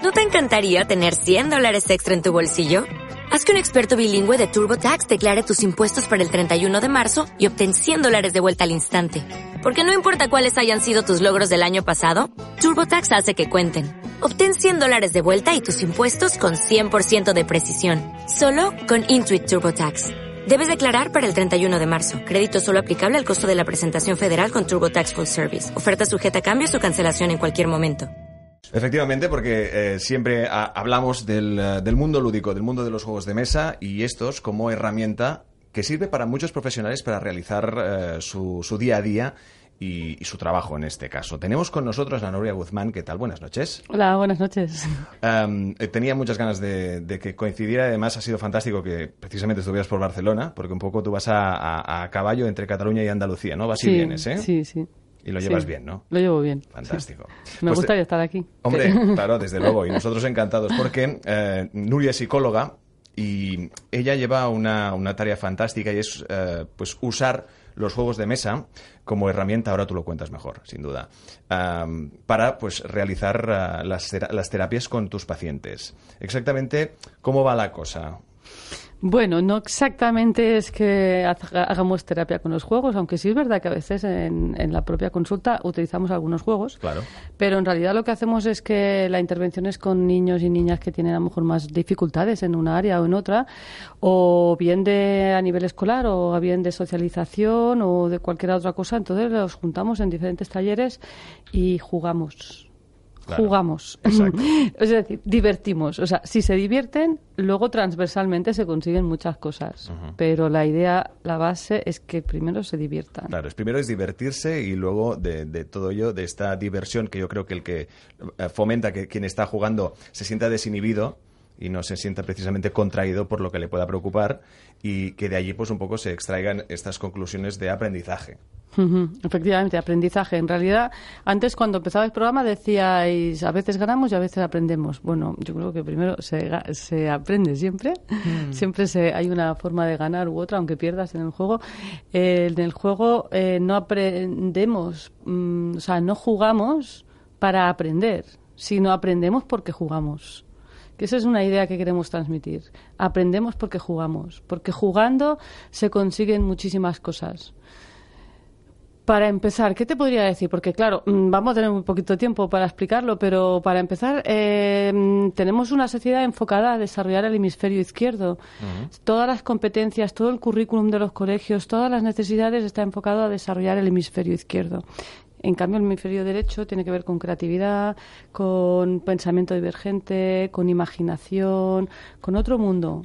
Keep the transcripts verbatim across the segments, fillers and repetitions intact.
¿No te encantaría tener cien dólares extra en tu bolsillo? Haz que un experto bilingüe de TurboTax declare tus impuestos para el treinta y uno de marzo y obtén cien dólares de vuelta al instante. Porque no importa cuáles hayan sido tus logros del año pasado, TurboTax hace que cuenten. Obtén cien dólares de vuelta y tus impuestos con cien por ciento de precisión. Solo con Intuit TurboTax. Debes declarar para el treinta y uno de marzo. Crédito solo aplicable al costo de la presentación federal con TurboTax Full Service. Oferta sujeta a cambios o cancelación en cualquier momento. Efectivamente, porque eh, siempre a, hablamos del, uh, del mundo lúdico, del mundo de los juegos de mesa y estos como herramienta que sirve para muchos profesionales para realizar uh, su, su día a día y, y su trabajo en este caso. Tenemos con nosotros a Nuria Guzmán. ¿Qué tal? Buenas noches. Hola, buenas noches. Um, tenía muchas ganas de, de que coincidiera. Además, ha sido fantástico que precisamente estuvieras por Barcelona, porque un poco tú vas a, a, a caballo entre Cataluña y Andalucía, ¿no? Vas sí, y vienes, ¿eh? Sí, sí. Y lo llevas sí, bien, ¿no? Lo llevo bien. Fantástico. Sí. Me pues gustaría te... estar aquí. Hombre, claro, desde luego. Y nosotros encantados, porque eh, Nuria es psicóloga y ella lleva una, una tarea fantástica y es eh, pues usar los juegos de mesa como herramienta, ahora tú lo cuentas mejor, sin duda, um, para pues realizar uh, las, las terapias con tus pacientes. Exactamente, ¿cómo va la cosa? Bueno, no exactamente es que hagamos terapia con los juegos, aunque sí es verdad que a veces en, en la propia consulta utilizamos algunos juegos. Claro. Pero en realidad lo que hacemos es que la intervención es con niños y niñas que tienen a lo mejor más dificultades en una área o en otra, o bien de a nivel escolar, o bien de socialización, o de cualquier otra cosa. Entonces los juntamos en diferentes talleres y jugamos. Claro, jugamos. Es decir, divertimos. O sea, si se divierten, luego transversalmente se consiguen muchas cosas. Uh-huh. Pero la idea, la base, es que primero se diviertan. Claro, es primero es divertirse y luego de, de todo ello, de esta diversión que yo creo que el que fomenta que quien está jugando se sienta desinhibido y no se sienta precisamente contraído por lo que le pueda preocupar y que de allí pues un poco se extraigan estas conclusiones de aprendizaje. Uh-huh. Efectivamente, aprendizaje. En realidad, antes cuando empezaba el programa decíais a veces ganamos y a veces aprendemos. Bueno, yo creo que primero se, se aprende siempre. Mm. Siempre se, hay una forma de ganar u otra, aunque pierdas en el juego. Eh, en el juego eh, no aprendemos, mm, o sea, no jugamos para aprender, sino aprendemos porque jugamos. Que esa es una idea que queremos transmitir. Aprendemos porque jugamos. Porque jugando se consiguen muchísimas cosas. Para empezar, ¿qué te podría decir? Porque, claro, vamos a tener un poquito de tiempo para explicarlo, pero para empezar, eh, tenemos una sociedad enfocada a desarrollar el hemisferio izquierdo. Uh-huh. Todas las competencias, todo el currículum de los colegios, todas las necesidades está enfocado a desarrollar el hemisferio izquierdo. En cambio, el hemisferio derecho tiene que ver con creatividad, con pensamiento divergente, con imaginación, con otro mundo.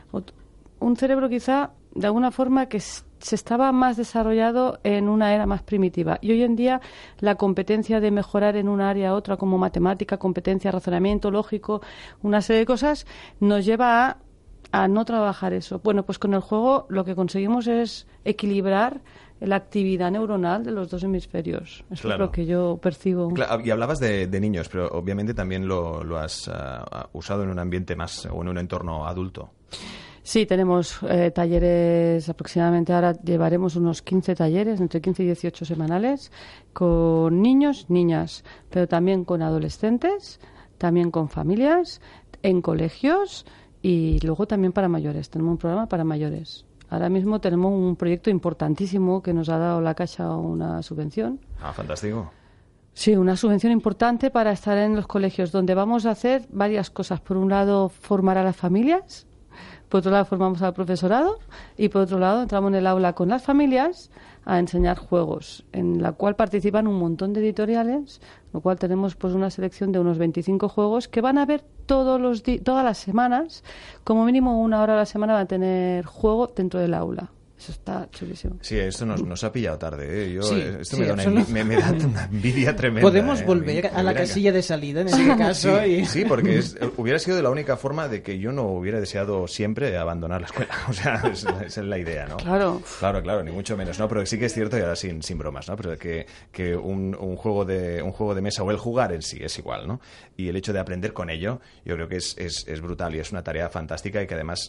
Un cerebro quizá, de alguna forma, que se estaba más desarrollado en una era más primitiva. Y hoy en día la competencia de mejorar en una área a otra, como matemática, competencia, razonamiento lógico, una serie de cosas, nos lleva a, a no trabajar eso. Bueno, pues con el juego lo que conseguimos es equilibrar la actividad neuronal de los dos hemisferios. Eso claro. Es lo que yo percibo. Claro, y hablabas de, de niños, pero obviamente también lo, lo has uh, usado en un ambiente más o en un entorno adulto. Sí, tenemos eh, talleres aproximadamente, ahora llevaremos unos quince talleres, entre quince y dieciocho semanales, con niños, niñas, pero también con adolescentes, también con familias, en colegios y luego también para mayores. Tenemos un programa para mayores. Ahora mismo tenemos un proyecto importantísimo que nos ha dado la Caixa una subvención. Ah, fantástico. Sí, una subvención importante para estar en los colegios, donde vamos a hacer varias cosas. Por un lado, formar a las familias. Por otro lado, formamos al profesorado y, por otro lado, entramos en el aula con las familias a enseñar juegos, en la cual participan un montón de editoriales, lo cual tenemos pues una selección de unos veinticinco juegos que van a ver todos los di- todas las semanas, como mínimo una hora a la semana van a tener juego dentro del aula. Eso está chulísimo. Sí, esto nos, nos ha pillado tarde, ¿eh? Yo, sí, esto sí, me, da una, me, me da una envidia tremenda. Podemos ¿eh? volver a la casilla de salida en este caso. Sí, y... sí, porque es, hubiera sido la única forma de que yo no hubiera deseado siempre abandonar la escuela. O sea, es, esa es la idea, ¿no? Claro. Claro, claro, ni mucho menos, ¿no? Pero sí que es cierto, y ahora sin, sin bromas, ¿no? Pero que, que un, un, juego de, un juego de mesa o el jugar en sí es igual, ¿no? Y el hecho de aprender con ello, yo creo que es, es, es brutal y es una tarea fantástica y que además...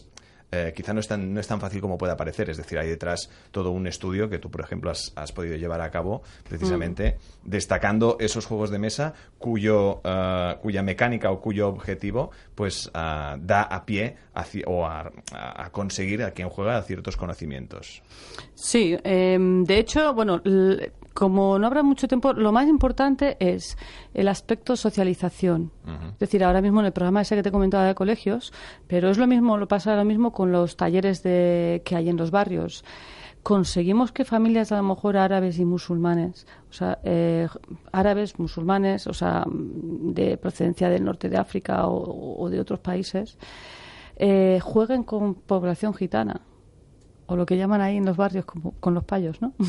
eh, quizá no es, tan, no es tan fácil como pueda parecer. Es decir, hay detrás todo un estudio que tú, por ejemplo, has, has podido llevar a cabo precisamente mm. destacando esos juegos de mesa cuyo, uh, cuya mecánica o cuyo objetivo pues uh, da a pie a, o a, a conseguir a quien juega ciertos conocimientos. Sí, eh, de hecho, bueno, l- como no habrá mucho tiempo, lo más importante es el aspecto socialización. Uh-huh. Es decir, ahora mismo en el programa ese que te comentaba de colegios, pero es lo mismo, lo pasa lo mismo con los talleres de, que hay en los barrios. Conseguimos que familias a lo mejor árabes y musulmanes, o sea, eh, árabes, musulmanes, o sea, de procedencia del norte de África o, o de otros países, eh, jueguen con población gitana, o lo que llaman ahí en los barrios como, con los payos, ¿no?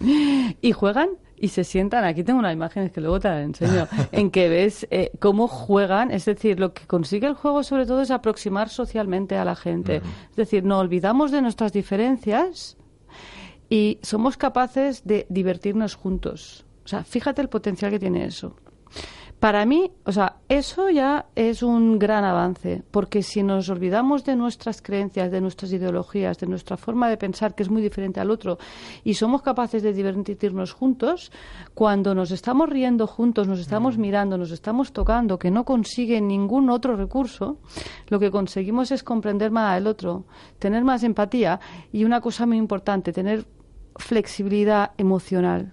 Y juegan y se sientan. Aquí tengo unas imágenes que luego te las enseño, en que ves eh, cómo juegan. Es decir, lo que consigue el juego sobre todo es aproximar socialmente a la gente. Uh-huh. Es decir, no olvidamos de nuestras diferencias y somos capaces de divertirnos juntos. O sea, fíjate el potencial que tiene eso. Para mí, o sea, eso ya es un gran avance, porque si nos olvidamos de nuestras creencias, de nuestras ideologías, de nuestra forma de pensar, que es muy diferente al otro, y somos capaces de divertirnos juntos, cuando nos estamos riendo juntos, nos estamos mm. mirando, nos estamos tocando, que no consigue ningún otro recurso, lo que conseguimos es comprender más al otro, tener más empatía y una cosa muy importante, tener flexibilidad emocional.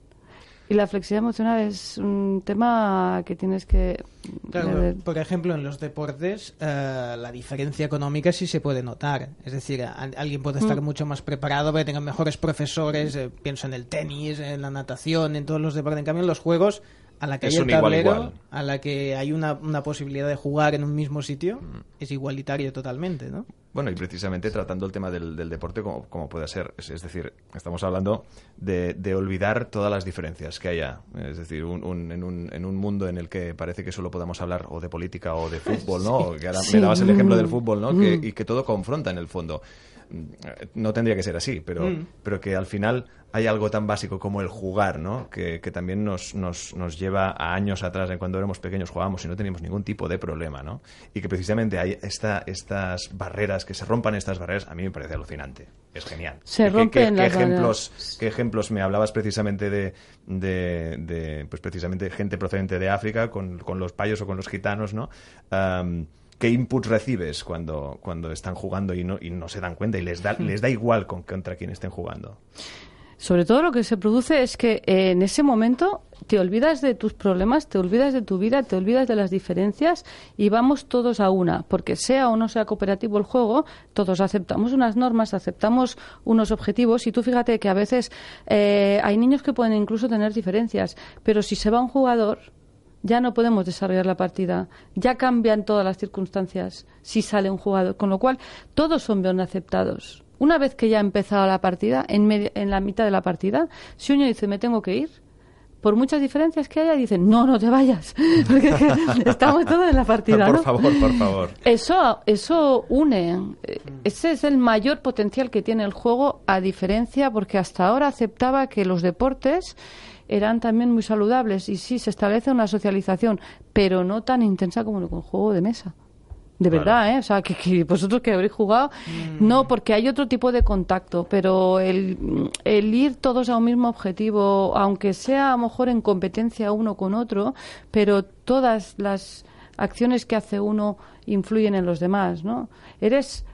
Y la flexibilidad emocional es un tema que tienes que... Claro, ver. Por ejemplo, en los deportes uh, la diferencia económica sí se puede notar. Es decir, a, alguien puede estar mm. mucho más preparado, puede tener mejores profesores, eh, pienso en el tenis, en la natación, en todos los deportes. En cambio, en los juegos, a la que es hay el tablero, igual, igual. a la que hay una, una posibilidad de jugar en un mismo sitio, mm. es igualitario totalmente, ¿no? Bueno, y precisamente tratando el tema del, del deporte como, como puede ser. Es, es decir, estamos hablando de, de olvidar todas las diferencias que haya. Es decir, un, un, en, un, en un mundo en el que parece que solo podamos hablar o de política o de fútbol, ¿no? Sí. Que ahora sí. me dabas el ejemplo del fútbol, ¿no? Mm. Que, y que todo confronta en el fondo. No tendría que ser así, pero, mm. pero que al final hay algo tan básico como el jugar, ¿no? Que, que también nos, nos, nos lleva a años atrás, en cuando éramos pequeños jugábamos y no teníamos ningún tipo de problema, ¿no? Y que precisamente hay esta, estas barreras, que se rompan estas barreras, a mí me parece alucinante. Es genial. Se rompen las ¿Qué ejemplos, qué ejemplos me hablabas precisamente de, de, de pues precisamente gente procedente de África con, con los payos o con los gitanos, ¿no? Um, ¿Qué inputs recibes cuando, cuando están jugando y no, y no se dan cuenta y les da, les da igual con, contra quién estén jugando? Sobre todo lo que se produce es que eh, en ese momento te olvidas de tus problemas, te olvidas de tu vida, te olvidas de las diferencias y vamos todos a una, porque sea o no sea cooperativo el juego, todos aceptamos unas normas, aceptamos unos objetivos y tú fíjate que a veces eh, hay niños que pueden incluso tener diferencias, pero si se va un jugador ya no podemos desarrollar la partida, ya cambian todas las circunstancias si sale un jugador, con lo cual todos son bien aceptados. Una vez que ya ha empezado la partida, en, medio, en la mitad de la partida, si uno dice me tengo que ir, por muchas diferencias que haya, dicen no, no te vayas, porque estamos todos en la partida, ¿no? Por favor, por favor. Eso, eso une, ese es el mayor potencial que tiene el juego, a diferencia, porque hasta ahora aceptaba que los deportes eran también muy saludables y sí, se establece una socialización, pero no tan intensa como con el juego de mesa. De verdad, claro. ¿eh? O sea, que, que vosotros que habréis jugado, mm. no, porque hay otro tipo de contacto, pero el, el ir todos a un mismo objetivo, aunque sea a lo mejor en competencia uno con otro, pero todas las acciones que hace uno influyen en los demás, ¿no? Eres,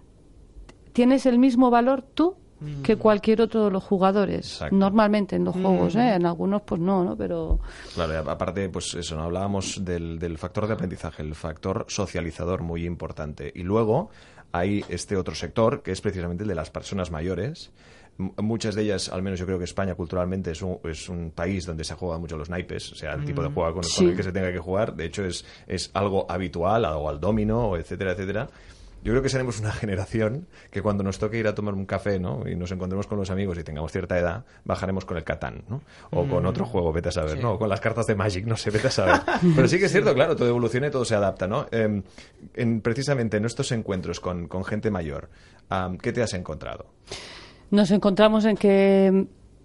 tienes el mismo valor tú que cualquier otro de los jugadores. Exacto. Normalmente en los mm. juegos, ¿eh? En algunos pues no, ¿no? Pero... Claro, aparte, pues eso, ¿no? Hablábamos del, del factor de aprendizaje, el factor socializador muy importante. Y luego hay este otro sector, que es precisamente el de las personas mayores. M- muchas de ellas, al menos yo creo que España culturalmente es un, es un país donde se juega mucho los naipes, o sea, el mm. tipo de juego con, sí. con el que se tenga que jugar. De hecho, es, es algo habitual, algo al dominó, etcétera, etcétera. Yo creo que seremos una generación que cuando nos toque ir a tomar un café, ¿no? Y nos encontremos con los amigos y tengamos cierta edad, bajaremos con el Catán, ¿no? O mm. con otro juego, vete a saber, sí. ¿no? O con las cartas de Magic, no sé, vete a saber. Pero sí que es cierto, claro, todo evoluciona y todo se adapta, ¿no? Eh, en, precisamente en estos encuentros con, con gente mayor, um, ¿qué te has encontrado? Nos encontramos en que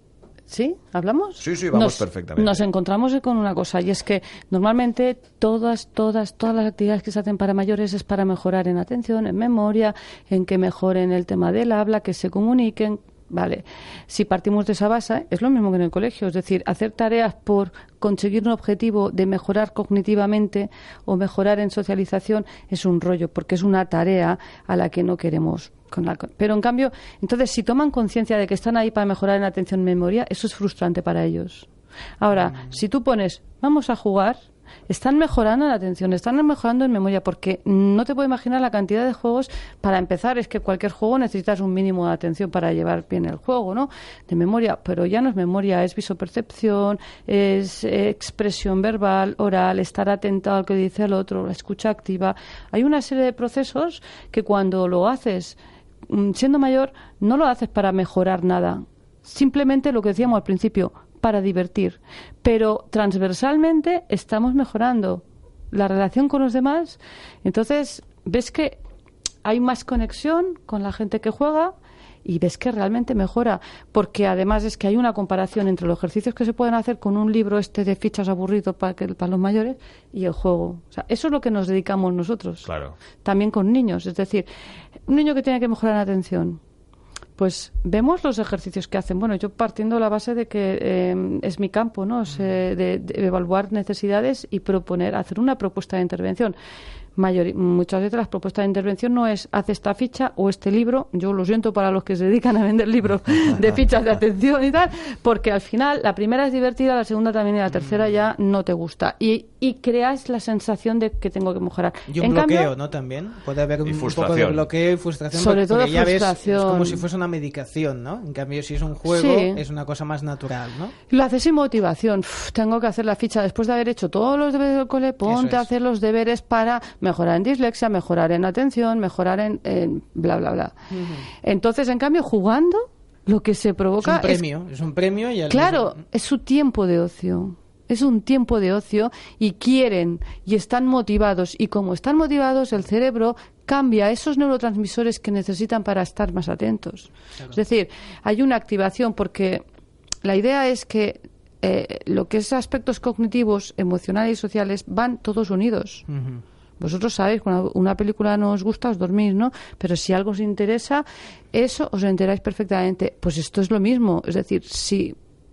¿Sí? ¿Hablamos? Sí, sí, vamos nos, perfectamente. Nos encontramos con una cosa, y es que normalmente todas, todas, todas las actividades que se hacen para mayores es para mejorar en atención, en memoria, en que mejoren el tema del habla, que se comuniquen. Vale, si partimos de esa base, es lo mismo que en el colegio, es decir, hacer tareas por conseguir un objetivo de mejorar cognitivamente o mejorar en socialización es un rollo, porque es una tarea a la que no queremos. Con la, pero en cambio, entonces si toman conciencia de que están ahí para mejorar en atención y memoria, eso es frustrante para ellos. Ahora, mm. si tú pones, vamos a jugar, están mejorando en atención, están mejorando en memoria, porque no te puedo imaginar la cantidad de juegos. Para empezar, es que cualquier juego necesitas un mínimo de atención para llevar bien el juego, ¿no? De memoria, pero ya no es memoria, es visopercepción, es eh, expresión verbal, oral, estar atento al que dice el otro, la escucha activa. Hay una serie de procesos que cuando lo haces siendo mayor, no lo haces para mejorar nada. Simplemente lo que decíamos al principio, para divertir. Pero transversalmente estamos mejorando la relación con los demás. Entonces, ves que hay más conexión con la gente que juega y ves que realmente mejora. Porque además es que hay una comparación entre los ejercicios que se pueden hacer con un libro este de fichas aburrido para, que, para los mayores y el juego. O sea, eso es lo que nos dedicamos nosotros. Claro. También con niños. Es decir, un niño que tiene que mejorar en atención, pues vemos los ejercicios que hacen. Bueno, yo partiendo de la base de que eh, es mi campo, ¿no? Es, eh, de, de evaluar necesidades y proponer, hacer una propuesta de intervención. Mayor, muchas veces las propuestas de intervención no es haz esta ficha o este libro. Yo lo siento para los que se dedican a vender libros de fichas de atención y tal, porque al final la primera es divertida, la segunda también y la tercera ya no te gusta. Y, y creas la sensación de que tengo que mejorar. Y un en bloqueo, cambio, ¿no? También puede haber un, un poco de bloqueo y frustración. Sobre porque, todo porque ya frustración. Ves, es como si fuese una medicación, ¿no? En cambio, si es un juego, sí, es una cosa más natural, ¿no? Lo haces sin motivación. Uf, tengo que hacer la ficha después de haber hecho todos los deberes del cole. Ponte a hacer los deberes para mejorar en dislexia, mejorar en atención, mejorar en, en bla, bla, bla. Uh-huh. Entonces, en cambio, jugando, lo que se provoca es un premio. Es, es un premio y al claro, mismo... es su tiempo de ocio. Es un tiempo de ocio y quieren y están motivados. Y como están motivados, el cerebro cambia esos neurotransmisores que necesitan para estar más atentos. Claro. Es decir, hay una activación porque la idea es que eh, lo que es aspectos cognitivos, emocionales y sociales van todos unidos. Uh-huh. Vosotros sabéis, cuando una película no os gusta, os dormís, ¿no? Pero si algo os interesa, eso os enteráis perfectamente. Pues esto es lo mismo. Es decir, si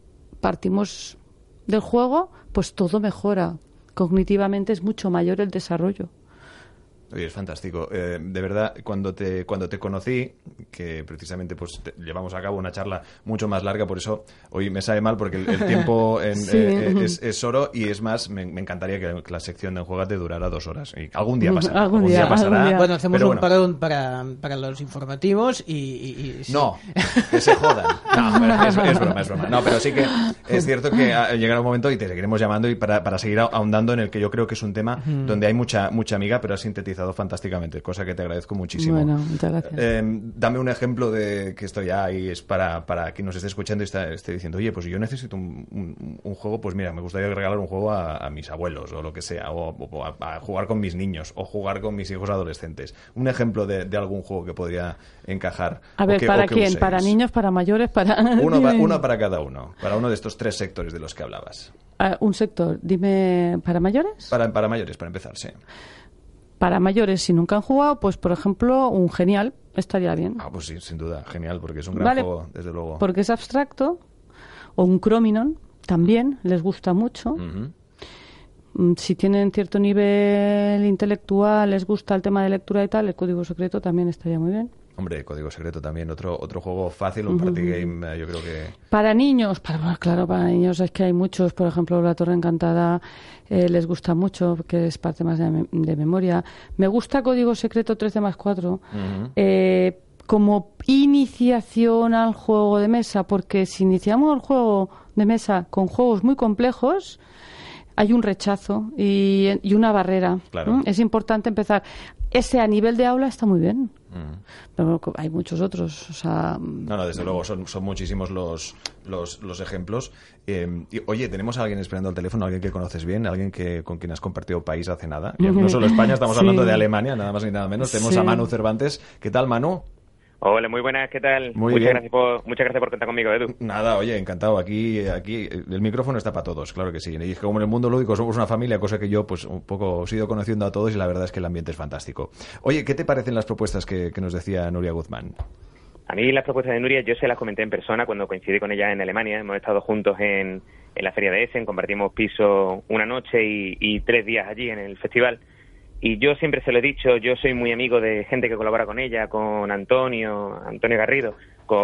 partimos del juego, pues todo mejora. Cognitivamente es mucho mayor el desarrollo. Oye, es fantástico. Eh, de verdad, cuando te cuando te conocí, que precisamente pues te, llevamos a cabo una charla mucho más larga, por eso hoy me sabe mal porque el, el tiempo en, sí. eh, es, es oro y es más, me, me encantaría que la sección de Enjuégate durara dos horas. Y algún día pasará. algún, algún día, día pasará. Algún día. Bueno, hacemos pero un bueno. parón para, para los informativos y... y, y sí. No, que se jodan. No, es, es broma, es broma. No, pero sí que es cierto que llegará un momento y te seguiremos llamando y para, para seguir ahondando en el que yo creo que es un tema mm. donde hay mucha mucha amiga, pero has sintetizado fantásticamente, cosa que te agradezco muchísimo. Bueno, muchas gracias. Eh, dame un ejemplo de que esto ya ahí es para, para quien nos esté escuchando y está, esté diciendo, oye, pues yo necesito un, un, un juego, pues mira, me gustaría regalar un juego a, a mis abuelos o lo que sea, o, o a, a jugar con mis niños o jugar con mis hijos adolescentes. Un ejemplo de, de algún juego que podría encajar. A ver, que, ¿para quién? Uséis. ¿Para niños, para mayores, para...? Uno, pa, uno para cada uno, para uno de estos tres sectores de los que hablabas. Uh, un sector, dime, ¿para mayores? Para, para mayores, para empezar, sí. Para mayores, si nunca han jugado, pues por ejemplo, un Genial estaría bien. Ah, pues sí, sin duda, genial, porque es un gran vale, juego, desde luego. Porque es abstracto, o un Crominon, también, les gusta mucho. Uh-huh. Si tienen cierto nivel intelectual, les gusta el tema de lectura y tal, el Código Secreto también estaría muy bien. Hombre, Código Secreto también, otro otro juego fácil, un party game, yo creo que... Para niños, para, claro, para niños es que hay muchos, por ejemplo, La Torre Encantada eh, les gusta mucho, que es parte más de, de memoria. Me gusta Código Secreto trece más cuatro, uh-huh. eh, como iniciación al juego de mesa, porque si iniciamos el juego de mesa con juegos muy complejos, hay un rechazo y, y una barrera. Claro. ¿Mm? Es importante empezar. Ese a nivel de aula está muy bien. Mm. Pero hay muchos otros. O sea... No, no, desde luego, son, son muchísimos los, los, los ejemplos. Eh, y, oye, ¿tenemos a alguien esperando al teléfono? ¿Alguien que conoces bien? ¿Alguien que con quien has compartido país hace nada? No solo España, estamos sí. hablando de Alemania, nada más ni nada menos. Tenemos sí. a Manu Cervantes. ¿Qué tal, Manu? Hola, muy buenas, ¿qué tal? Muy muchas bien. Gracias por, muchas gracias por contar conmigo, Edu. Nada, oye, encantado. Aquí, aquí el micrófono está para todos, claro que sí. Y es que como en el mundo lúdico somos una familia, cosa que yo pues un poco os he ido conociendo a todos y la verdad es que el ambiente es fantástico. Oye, ¿qué te parecen las propuestas que, que nos decía Nuria Guzmán? A mí las propuestas de Nuria yo se las comenté en persona cuando coincidí con ella en Alemania. Hemos estado juntos en, en la feria de Essen, compartimos piso una noche y, y tres días allí en el festival. Y yo siempre se lo he dicho, yo soy muy amigo de gente que colabora con ella, con Antonio, Antonio Garrido,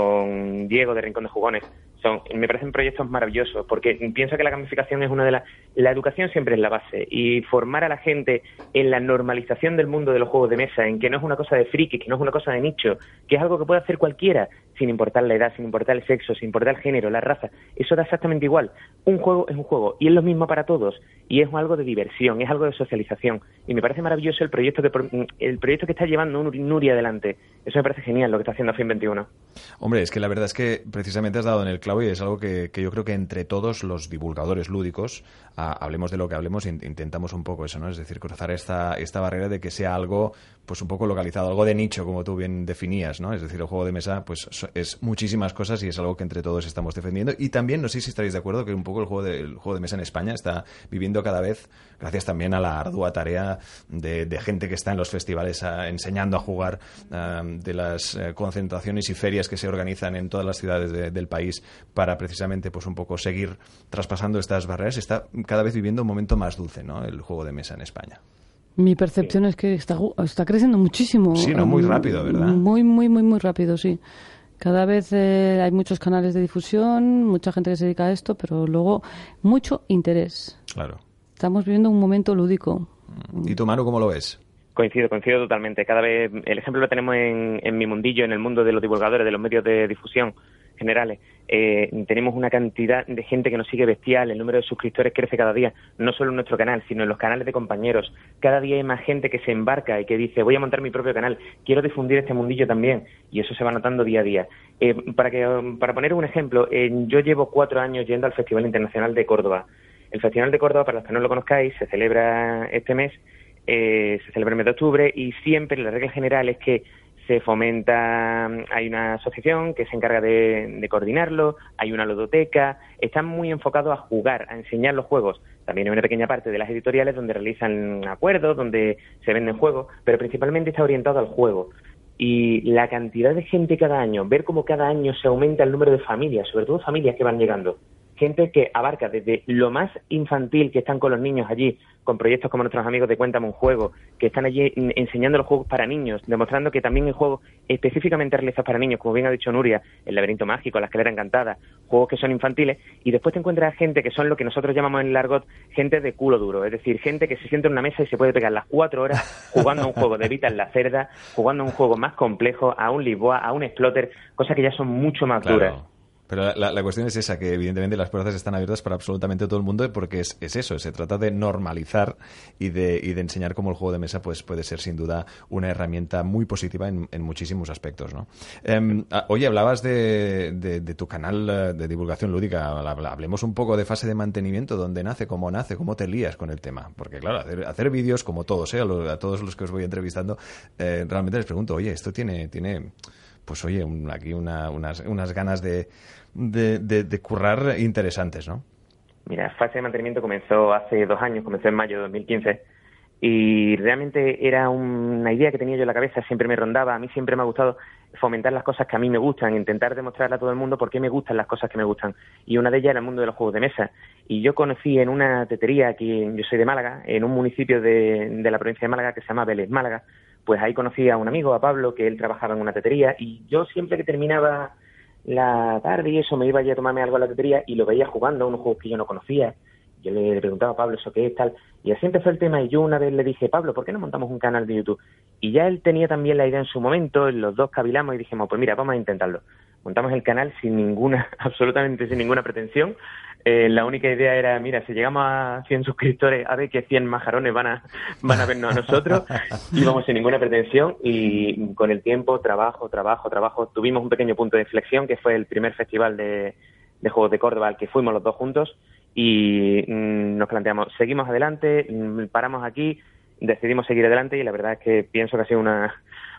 con Diego de Rincón de Jugones. Son, me parecen proyectos maravillosos porque pienso que la gamificación es una de las... La educación siempre es la base y formar a la gente en la normalización del mundo de los juegos de mesa, en que no es una cosa de friki, que no es una cosa de nicho, que es algo que puede hacer cualquiera, sin importar la edad, sin importar el sexo, sin importar el género, la raza. Eso da exactamente igual. Un juego es un juego y es lo mismo para todos y es algo de diversión, es algo de socialización. Y me parece maravilloso el proyecto que el proyecto que está llevando Nuria adelante. Eso me parece genial lo que está haciendo Fin veintiuno. Hombre, es que la verdad es que precisamente has dado en el clavo y es algo que, que yo creo que entre todos los divulgadores lúdicos, a, hablemos de lo que hablemos, in, intentamos un poco eso, ¿no? Es decir, cruzar esta, esta barrera de que sea algo pues un poco localizado, algo de nicho, como tú bien definías, ¿no? Es decir, el juego de mesa pues es muchísimas cosas y es algo que entre todos estamos defendiendo. Y también, no sé si estaréis de acuerdo, que un poco el juego de, el juego de mesa en España está viviendo cada vez, gracias también a la ardua tarea de, de gente que está en los festivales a, enseñando a jugar, a, de las eh, concentraciones y ferias que se organizan en todas las ciudades de, del país para precisamente pues un poco seguir traspasando estas barreras. Está cada vez viviendo un momento más dulce, ¿no? El juego de mesa en España. Mi percepción sí. es que está, está creciendo muchísimo. Sí, no, muy rápido, ¿verdad? Muy, muy, muy, muy rápido, sí. Cada vez eh, hay muchos canales de difusión, mucha gente que se dedica a esto, pero luego mucho interés. Claro. Estamos viviendo un momento lúdico. ¿Y tú, Manu, cómo lo ves? Coincido, coincido totalmente. Cada vez el ejemplo lo tenemos en, en mi mundillo, en el mundo de los divulgadores, de los medios de difusión generales. Eh, tenemos una cantidad de gente que nos sigue bestial, el número de suscriptores crece cada día, no solo en nuestro canal, sino en los canales de compañeros. Cada día hay más gente que se embarca y que dice, voy a montar mi propio canal, quiero difundir este mundillo también, y eso se va notando día a día. Eh, para que para poner un ejemplo, eh, yo llevo cuatro años yendo al Festival Internacional de Córdoba. El Festival de Córdoba, para los que no lo conozcáis, se celebra este mes, eh, se celebra el mes de octubre, y siempre la regla general es que se fomenta, hay una asociación que se encarga de, de coordinarlo, hay una ludoteca, están muy enfocados a jugar, a enseñar los juegos. También hay una pequeña parte de las editoriales donde realizan acuerdos, donde se venden juegos, pero principalmente está orientado al juego. Y la cantidad de gente cada año, ver cómo cada año se aumenta el número de familias, sobre todo familias que van llegando, gente que abarca desde lo más infantil, que están con los niños allí, con proyectos como nuestros amigos de Cuéntame un Juego, que están allí enseñando los juegos para niños, demostrando que también hay juegos específicamente realizados para niños, como bien ha dicho Nuria, El laberinto mágico, La escalera encantada, juegos que son infantiles, y después te encuentras gente que son lo que nosotros llamamos en el argot gente de culo duro, es decir, gente que se sienta en una mesa y se puede pegar las cuatro horas jugando a un juego de Vita en la Cerda, jugando a un juego más complejo, a un Lisboa, a un Exploter, cosas que ya son mucho más claro. duras. Pero la, la, la cuestión es esa, que evidentemente las puertas están abiertas para absolutamente todo el mundo, porque es, es eso, se trata de normalizar y de, y de enseñar cómo el juego de mesa pues puede ser sin duda una herramienta muy positiva en, en muchísimos aspectos, ¿no? Eh, oye, hablabas de, de, de tu canal de divulgación lúdica, hablemos un poco de fase de mantenimiento, dónde nace, cómo nace, cómo te lías con el tema, porque claro, hacer, hacer vídeos como todos, ¿eh? a, los, a todos los que os voy entrevistando, eh, realmente les pregunto, oye, esto tiene... tiene pues oye, un, aquí una, unas, unas ganas de, de, de, de currar interesantes, ¿no? Mira, fase de mantenimiento comenzó hace dos años, comenzó en mayo de dos mil quince, y realmente era una idea que tenía yo en la cabeza, siempre me rondaba. A mí siempre me ha gustado fomentar las cosas que a mí me gustan, intentar demostrarle a todo el mundo por qué me gustan las cosas que me gustan, y una de ellas era el mundo de los juegos de mesa. Y yo conocí en una tetería, aquí, yo soy de Málaga, en un municipio de, de la provincia de Málaga que se llama Vélez, Málaga. Pues ahí conocí a un amigo, a Pablo, que él trabajaba en una tetería, y yo siempre que terminaba la tarde y eso me iba allí a tomarme algo a la tetería y lo veía jugando a unos juegos que yo no conocía. Yo le preguntaba a Pablo eso qué es, tal, y así empezó el tema. Y yo una vez le dije, Pablo, ¿por qué no montamos un canal de YouTube? Y ya él tenía también la idea en su momento, los dos cavilamos y dijimos, pues mira, vamos a intentarlo. Montamos el canal sin ninguna, absolutamente sin ninguna pretensión. Eh, la única idea era, mira, si llegamos a cien suscriptores, a ver qué cien majarones van a van a vernos a nosotros. Íbamos sin ninguna pretensión, y con el tiempo, trabajo, trabajo, trabajo. Tuvimos un pequeño punto de inflexión, que fue el primer festival de, de juegos de Córdoba al que fuimos los dos juntos, y mmm, nos planteamos, seguimos adelante, mmm, paramos aquí, decidimos seguir adelante, y la verdad es que pienso que ha sido una,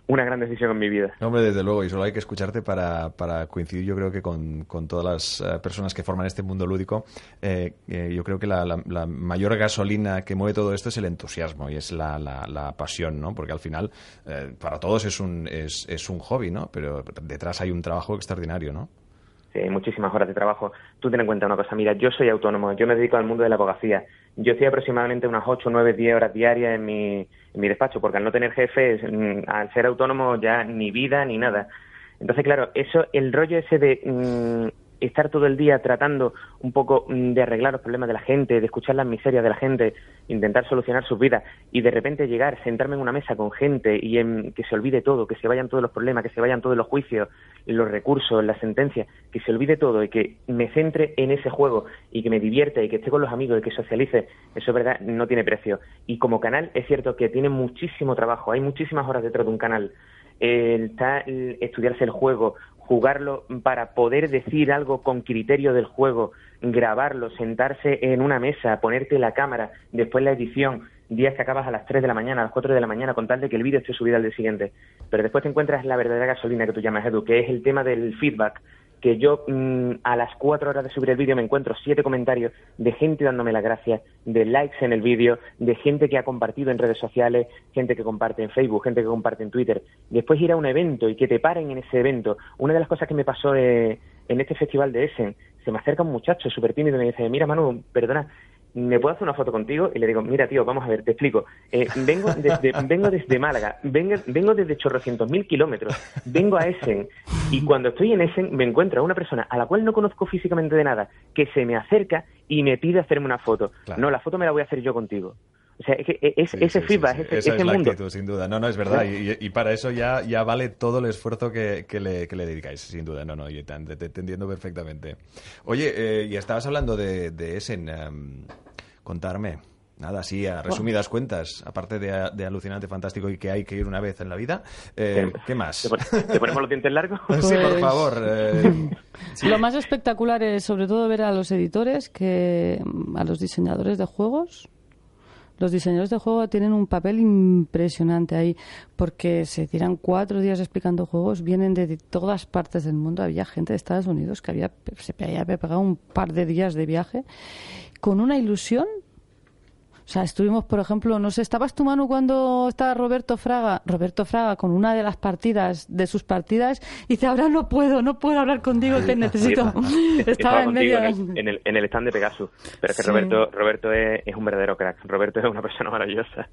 una gran decisión en mi vida. Hombre, desde luego, y solo hay que escucharte para, para coincidir, yo creo que con, con todas las uh, personas que forman este mundo lúdico. Eh, eh, yo creo que la, la, la mayor gasolina que mueve todo esto es el entusiasmo y es la, la, la pasión, ¿no? Porque al final, eh, para todos es un, es, es un hobby, ¿no? Pero detrás hay un trabajo extraordinario, ¿no? Sí, hay muchísimas horas de trabajo. Tú ten en cuenta una cosa, mira, yo soy autónomo, yo me dedico al mundo de la abogacía. Yo estoy aproximadamente unas ocho, nueve, diez horas diarias en mi, en mi despacho, porque al no tener jefes, al ser autónomo ya ni vida ni nada. Entonces, claro, eso, el rollo ese de mmm, estar todo el día tratando un poco mmm, de arreglar los problemas de la gente, de escuchar las miserias de la gente, intentar solucionar sus vidas, y de repente llegar, sentarme en una mesa con gente y en, que se olvide todo, que se vayan todos los problemas, que se vayan todos los juicios, los recursos, las sentencias, que se olvide todo y que me centre en ese juego y que me divierta y que esté con los amigos y que socialice, eso es verdad, no tiene precio. Y como canal es cierto que tiene muchísimo trabajo, hay muchísimas horas detrás de un canal. Eh, está el estudiarse el juego, jugarlo para poder decir algo con criterio del juego, grabarlo, sentarse en una mesa, ponerte la cámara, después la edición, días que acabas a las tres de la mañana, a las cuatro de la mañana, con tal de que el vídeo esté subido al día siguiente. Pero después te encuentras la verdadera gasolina que tú llamas, Edu, que es el tema del feedback, que yo mmm, a las cuatro horas de subir el vídeo me encuentro siete comentarios de gente dándome las gracias, de likes en el vídeo, de gente que ha compartido en redes sociales, gente que comparte en Facebook, gente que comparte en Twitter. Después ir a un evento y que te paren en ese evento. Una de las cosas que me pasó eh, en este festival de Essen, se me acerca un muchacho súper tímido y me dice, mira Manu, perdona, ¿me puedo hacer una foto contigo? Y le digo, mira tío, vamos a ver, te explico. Eh, vengo, desde, vengo desde Málaga, vengo, vengo desde chorrocientos mil kilómetros, vengo a Essen, y cuando estoy en Essen me encuentro a una persona a la cual no conozco físicamente de nada, que se me acerca y me pide hacerme una foto. Claro. No, la foto me la voy a hacer yo contigo. O sea, es, es, sí, ese sí, feedback, sí, sí. ese, Esa ese es la mundo. actitud, sin duda. No, no, es verdad. Y, y para eso ya, ya vale todo el esfuerzo que, que, le, que le dedicáis, sin duda. No, no, yo te, te, te entiendo perfectamente. Oye, eh, y estabas hablando de, de Essen. Um, contarme, nada, sí, a resumidas cuentas, aparte de, de alucinante, fantástico y que hay que ir una vez en la vida, eh, ¿qué más? ¿Te ponemos los dientes largos? Pues, sí, por favor. Eh, sí. Lo más espectacular es sobre todo ver a los editores, que a los diseñadores de juegos. Los diseñadores de juego tienen un papel impresionante ahí, porque se tiran cuatro días explicando juegos, vienen de todas partes del mundo. Había gente de Estados Unidos que había, se había pegado un par de días de viaje con una ilusión. O sea, estuvimos, por ejemplo, no sé, ¿estabas tú, Manu, cuando estaba Roberto Fraga? Roberto Fraga, con una de las partidas, de sus partidas, y dice, ahora no puedo, no puedo hablar contigo, que necesito... Estaba, Estaba en medio... En el, en, el, en el stand de Pegasus. Pero es que sí. Roberto Roberto es, es un verdadero crack. Roberto es una persona maravillosa.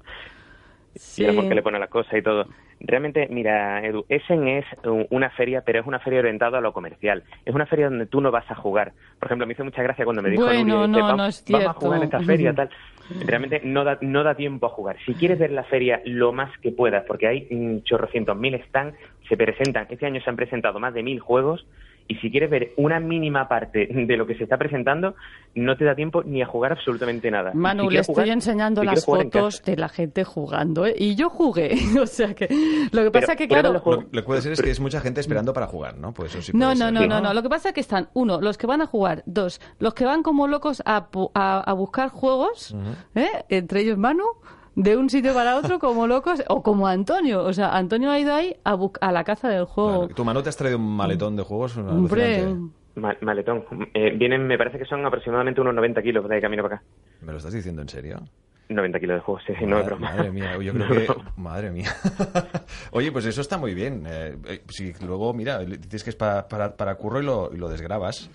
Sí. Y el amor que le pone a las cosas y todo. Realmente, mira, Edu, Essen es una feria, pero es una feria orientada a lo comercial. Es una feria donde tú no vas a jugar. Por ejemplo, me hizo mucha gracia cuando me dijo bueno, Nuria, no, dice, no es cierto. vamos a jugar en esta feria, tal. Realmente no da, no da tiempo a jugar. Si quieres ver la feria lo más que puedas, porque hay mm, chorrocientos mil stands, se presentan, este año se han presentado más de mil juegos, y si quieres ver una mínima parte de lo que se está presentando, no te da tiempo ni a jugar absolutamente nada. Manu, si le estoy jugar, enseñando si las fotos de la gente jugando, ¿eh? Y yo jugué. O sea que lo que pasa es que, claro... Lo, lo que puede ser es que es mucha gente esperando para jugar, ¿no? Pues eso sí no, puede no, ser. no, no, no. Lo que pasa es que están, uno, los que van a jugar, dos, los que van como locos a, a, a buscar juegos, uh-huh. ¿eh? Entre ellos Manu, de un sitio para otro como locos, o como Antonio. O sea, Antonio ha ido ahí a, bu- a la caza del juego. Claro. ¿Tu Manu te has traído un maletón de juegos? Hombre... Mal, maletón. Eh, vienen, me parece que son aproximadamente unos noventa kilos de camino para acá. ¿Me lo estás diciendo en serio? noventa kilos de juegos, sí, madre, no es broma. Madre mía, yo creo que... Madre mía. Oye, pues eso está muy bien. Eh, eh, si luego, mira, dices que es para, para, para curro y lo, y lo desgrabas.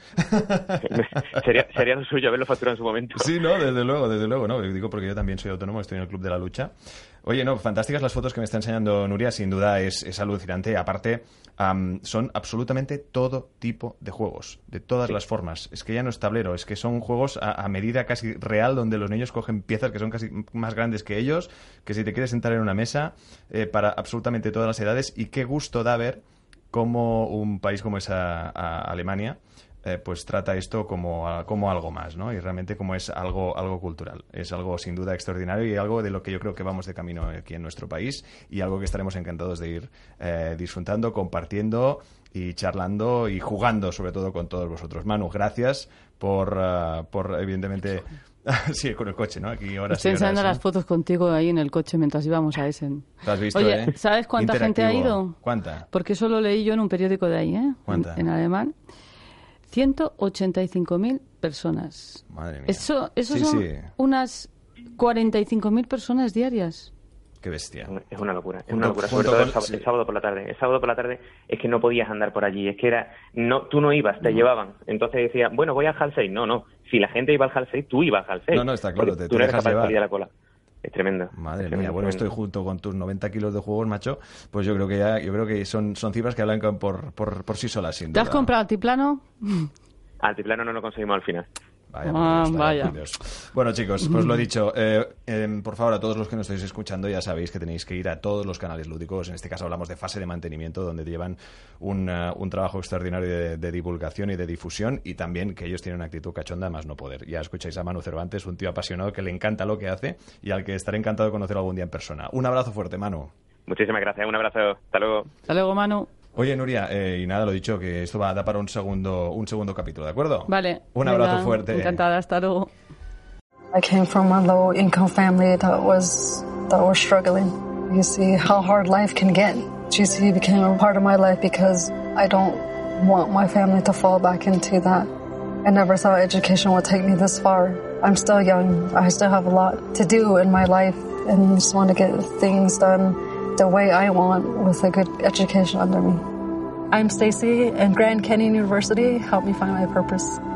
sería, sería lo suyo haberlo facturado en su momento. Sí, no, desde luego, desde luego, no. Digo porque yo también soy autónomo, estoy en el Club de la Lucha. Oye, no, fantásticas las fotos que me está enseñando Nuria, sin duda es, es alucinante. Aparte, um, son absolutamente todo tipo de juegos, de todas sí. las formas. Es que ya no es tablero, es que son juegos a, a medida casi real, donde los niños cogen piezas que son casi más grandes que ellos, que si te quieres sentar en una mesa, eh, para absolutamente todas las edades. Y qué gusto da ver cómo un país como es a, a Alemania, Eh, pues trata esto como, como algo más, ¿no? Y realmente como es algo, algo cultural. Es algo sin duda extraordinario y algo de lo que yo creo que vamos de camino aquí en nuestro país y algo que estaremos encantados de ir eh, disfrutando, compartiendo y charlando y jugando sobre todo con todos vosotros. Manu, gracias por, uh, por evidentemente Sí, con el coche, ¿no? Aquí horas Estoy y horas, enseñando ¿no? las fotos contigo ahí en el coche mientras íbamos a Essen. Lo has visto, Oye, ¿eh? ¿sabes cuánta gente ha Interactivo. ido? ¿Cuánta? Porque eso lo leí yo en un periódico de ahí, ¿eh? ¿Cuánta? En, en alemán. ciento ochenta y cinco mil personas. Madre mía. Eso, eso Sí, son sí. unas cuarenta y cinco mil personas diarias. Qué bestia. Es una locura, es Junto- una locura. Sobre junto todo con- el, sábado, sí. el sábado por la tarde. El sábado por la tarde es que no podías andar por allí. Es que era, no, tú no ibas, te llevaban. Entonces decía, bueno, voy al Halsey. No, no. Si la gente iba al Halsey, tú ibas al Halsey. No, no, está claro, Porque te- tú te no eres dejas capaz de llevar. salir a la cola. Es tremendo. Madre es mía, tremendo, bueno, tremendo. estoy junto con tus noventa kilos de juegos, macho. Pues yo creo que ya, yo creo que son, son cifras que hablan con- por, por, por sí solas, sin ¿Te duda. has comprado altiplano? Altiplano no lo conseguimos al final. Vaya, Ah, por Dios, vaya. por Dios. Bueno, chicos, pues lo dicho. Eh, eh, por favor, a todos los que nos estáis escuchando, ya sabéis que tenéis que ir a todos los canales lúdicos. En este caso hablamos de fase de mantenimiento, donde llevan un, uh, un trabajo extraordinario de, de divulgación y de difusión, y también que ellos tienen una actitud cachonda más no poder. Ya escucháis a Manu Cervantes, un tío apasionado que le encanta lo que hace y al que estaré encantado de conocer algún día en persona. Un abrazo fuerte, Manu. Muchísimas gracias. Un abrazo. Hasta luego. Hasta luego, Manu. Oye, Nuria, eh, y nada, lo dicho, que esto va a dar para un segundo, un segundo capítulo, ¿de acuerdo? Vale. Un venga, abrazo fuerte. Encantada, hasta luego. I came from a low income family that was that was struggling. You see how hard life can get. G C became a part of my life because I don't want my family to fall back into that. I never thought education would take me this far. I'm still young. I still have a lot to do in my life and just want to get things done the way I want with a good education under me. I'm Stacy and Grand Canyon University helped me find my purpose.